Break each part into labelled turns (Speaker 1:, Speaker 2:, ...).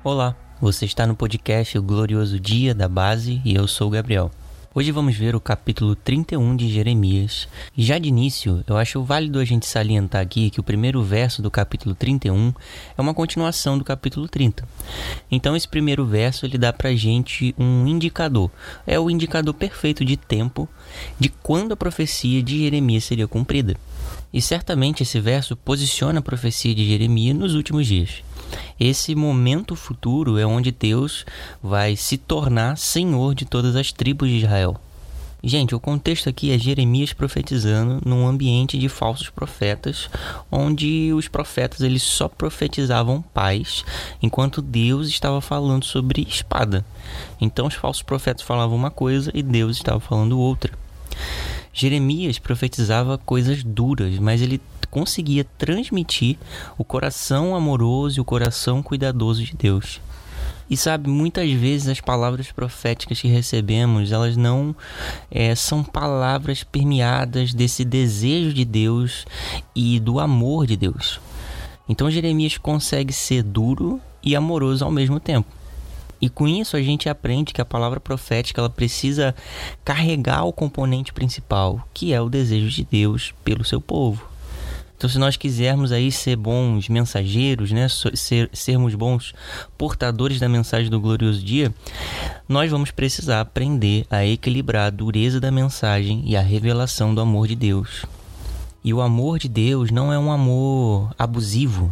Speaker 1: Olá, você está no podcast O Glorioso Dia da Base e eu sou o Gabriel. Hoje vamos ver o capítulo 31 de Jeremias. E já de início, eu acho válido a gente salientar aqui que o primeiro verso do capítulo 31 é uma continuação do capítulo 30. Então esse primeiro verso ele dá pra gente um indicador. É o indicador perfeito de tempo de quando a profecia de Jeremias seria cumprida. E certamente esse verso posiciona a profecia de Jeremias nos últimos dias. Esse momento futuro é onde Deus vai se tornar Senhor de todas as tribos de Israel. Gente, o contexto aqui é Jeremias profetizando num ambiente de falsos profetas, onde os profetas eles só profetizavam paz, enquanto Deus estava falando sobre espada. Então os falsos profetas falavam uma coisa e Deus estava falando outra. Jeremias profetizava coisas duras, mas ele conseguia transmitir o coração amoroso e o coração cuidadoso de Deus. E sabe, muitas vezes as palavras proféticas que recebemos, elas não são palavras permeadas desse desejo de Deus e do amor de Deus. Então Jeremias consegue ser duro e amoroso ao mesmo tempo. E com isso a gente aprende que a palavra profética ela precisa carregar o componente principal, que é o desejo de Deus pelo seu povo. Então se nós quisermos aí ser bons mensageiros, né, sermos bons portadores da mensagem do glorioso dia, nós vamos precisar aprender a equilibrar a dureza da mensagem e a revelação do amor de Deus. E o amor de Deus não é um amor abusivo.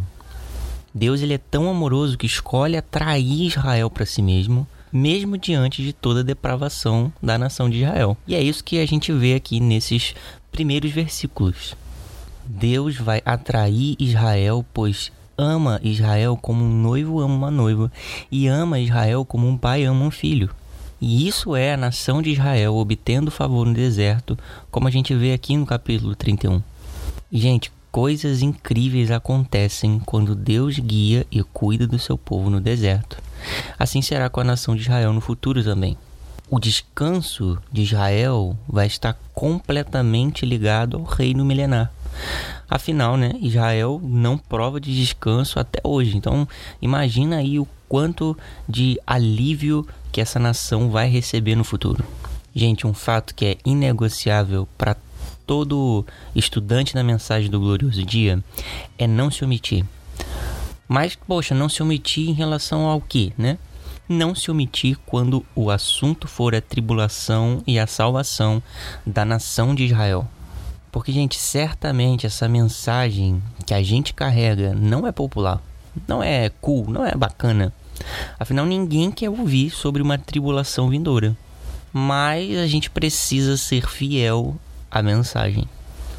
Speaker 1: Deus ele é tão amoroso que escolhe atrair Israel para si mesmo diante de toda a depravação da nação de Israel. E é isso que a gente vê aqui nesses primeiros versículos. Deus vai atrair Israel, pois ama Israel como um noivo ama uma noiva e ama Israel como um pai ama um filho. E isso é a nação de Israel obtendo favor no deserto, como a gente vê aqui no capítulo 31. E, gente, coisas incríveis acontecem quando Deus guia e cuida do seu povo no deserto. Assim será com a nação de Israel no futuro também. O descanso de Israel vai estar completamente ligado ao reino milenar. Afinal, Israel não prova de descanso até hoje. Então, imagina aí o quanto de alívio que essa nação vai receber no futuro. Gente, um fato que é inegociável para todo estudante da mensagem do glorioso dia é não se omitir. Mas, não se omitir em relação ao quê, Não se omitir quando o assunto for a tribulação e a salvação da nação de Israel. Porque, gente, certamente essa mensagem que a gente carrega não é popular, não é cool, não é bacana. Afinal, ninguém quer ouvir sobre uma tribulação vindoura. Mas a gente precisa ser fiel à mensagem.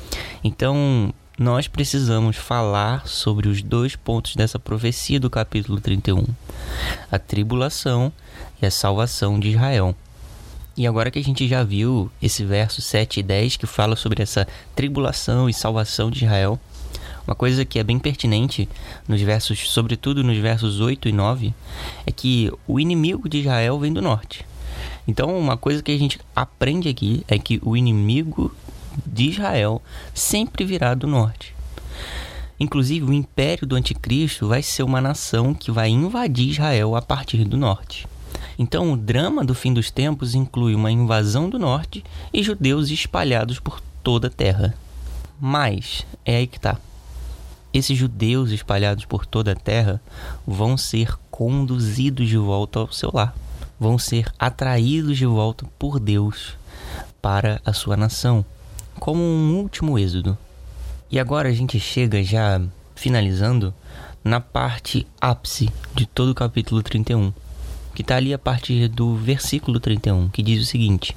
Speaker 1: Então, nós precisamos falar sobre os dois pontos dessa profecia do capítulo 31. A tribulação e a salvação de Israel. E agora que a gente já viu esse verso 7 e 10 que fala sobre essa tribulação e salvação de Israel, uma coisa que é bem pertinente nos versos, sobretudo nos versos 8 e 9, é que o inimigo de Israel vem do norte. Então, uma coisa que a gente aprende aqui é que o inimigo de Israel sempre virá do norte. Inclusive, o império do anticristo vai ser uma nação que vai invadir Israel a partir do norte. Então, o drama do fim dos tempos inclui uma invasão do norte e judeus espalhados por toda a terra. Mas, é aí que está. Esses judeus espalhados por toda a terra vão ser conduzidos de volta ao seu lar. Vão ser atraídos de volta por Deus para a sua nação, como um último êxodo. E agora a gente chega já finalizando na parte ápice de todo o capítulo 31. Que está ali a partir do versículo 31, que diz o seguinte: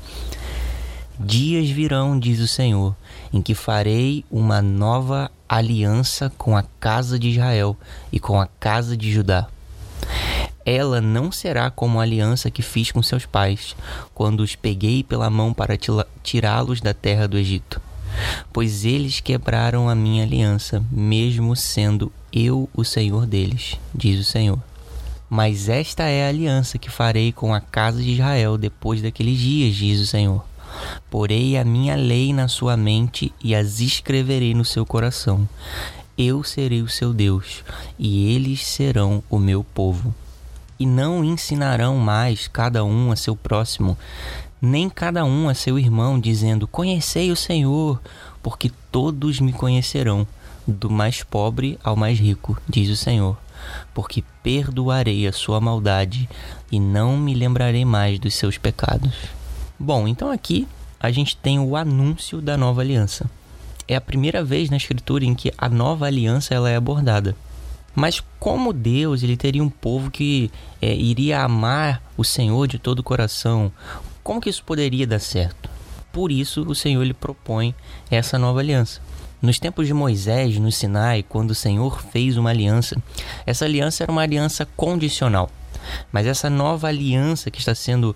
Speaker 1: Dias virão, diz o Senhor, em que farei uma nova aliança com a casa de Israel e com a casa de Judá. Ela não será como a aliança que fiz com seus pais, quando os peguei pela mão para tirá-los da terra do Egito. Pois eles quebraram a minha aliança, mesmo sendo eu o Senhor deles, diz o Senhor. Mas esta é a aliança que farei com a casa de Israel depois daqueles dias, diz o Senhor. Porei a minha lei na sua mente e as escreverei no seu coração. Eu serei o seu Deus, e eles serão o meu povo. e não ensinarão mais cada um a seu próximo, nem cada um a seu irmão, dizendo: conhecei o Senhor, porque todos me conhecerão, do mais pobre ao mais rico, diz o Senhor, porque perdoarei a sua maldade e não me lembrarei mais dos seus pecados. Bom, então aqui a gente tem o anúncio da nova aliança. É a primeira vez na Escritura em que a nova aliança ela é abordada. Mas como Deus ele teria um povo que iria amar o Senhor de todo o coração, como que isso poderia dar certo? Por isso o Senhor ele propõe essa nova aliança. Nos tempos de Moisés, no Sinai, quando o Senhor fez uma aliança, essa aliança era uma aliança condicional. Mas essa nova aliança que está sendo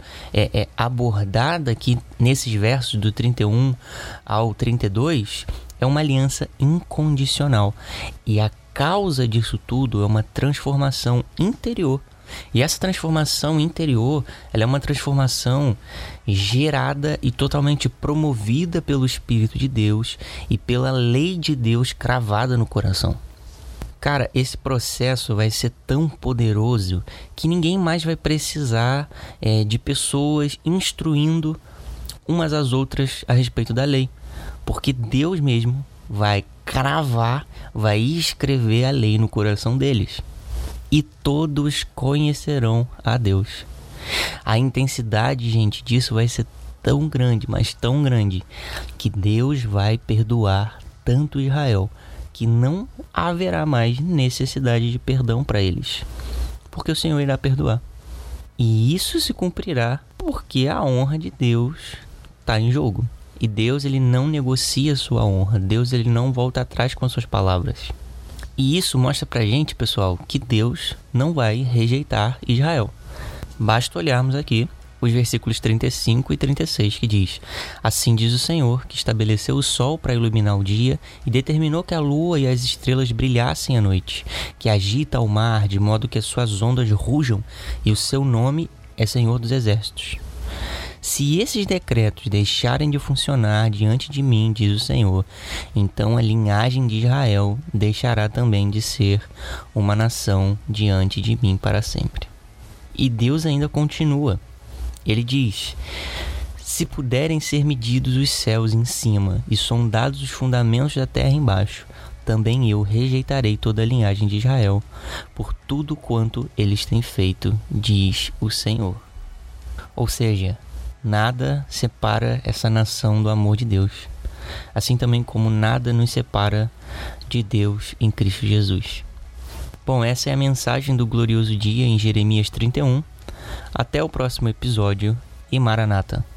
Speaker 1: abordada aqui nesses versos do 31 ao 32 é uma aliança incondicional. E a causa disso tudo é uma transformação interior. E essa transformação interior, ela é uma transformação gerada e totalmente promovida pelo Espírito de Deus e pela lei de Deus cravada no coração. Cara, esse processo vai ser tão poderoso que ninguém mais vai precisar de pessoas instruindo umas às outras a respeito da lei. Porque Deus mesmo vai cravar, vai escrever a lei no coração deles. E todos conhecerão a Deus. A intensidade, gente, disso vai ser tão grande, mas tão grande, que Deus vai perdoar tanto Israel, que não haverá mais necessidade de perdão para eles, porque o Senhor irá perdoar. E isso se cumprirá porque a honra de Deus está em jogo. E Deus ele não negocia sua honra, Deus ele não volta atrás com as suas palavras. E isso mostra pra gente, pessoal, que Deus não vai rejeitar Israel. Basta olharmos aqui os versículos 35 e 36, que diz: assim diz o Senhor, que estabeleceu o sol para iluminar o dia e determinou que a lua e as estrelas brilhassem à noite, que agita o mar de modo que as suas ondas rujam, e o seu nome é Senhor dos Exércitos. Se esses decretos deixarem de funcionar diante de mim, diz o Senhor, então a linhagem de Israel deixará também de ser uma nação diante de mim para sempre. E Deus ainda continua. Ele diz: se puderem ser medidos os céus em cima e sondados os fundamentos da terra embaixo, também eu rejeitarei toda a linhagem de Israel, por tudo quanto eles têm feito, diz o Senhor. Ou seja, nada separa essa nação do amor de Deus, assim também como nada nos separa de Deus em Cristo Jesus. Bom, essa é a mensagem do glorioso dia em Jeremias 31. Até o próximo episódio e Maranata.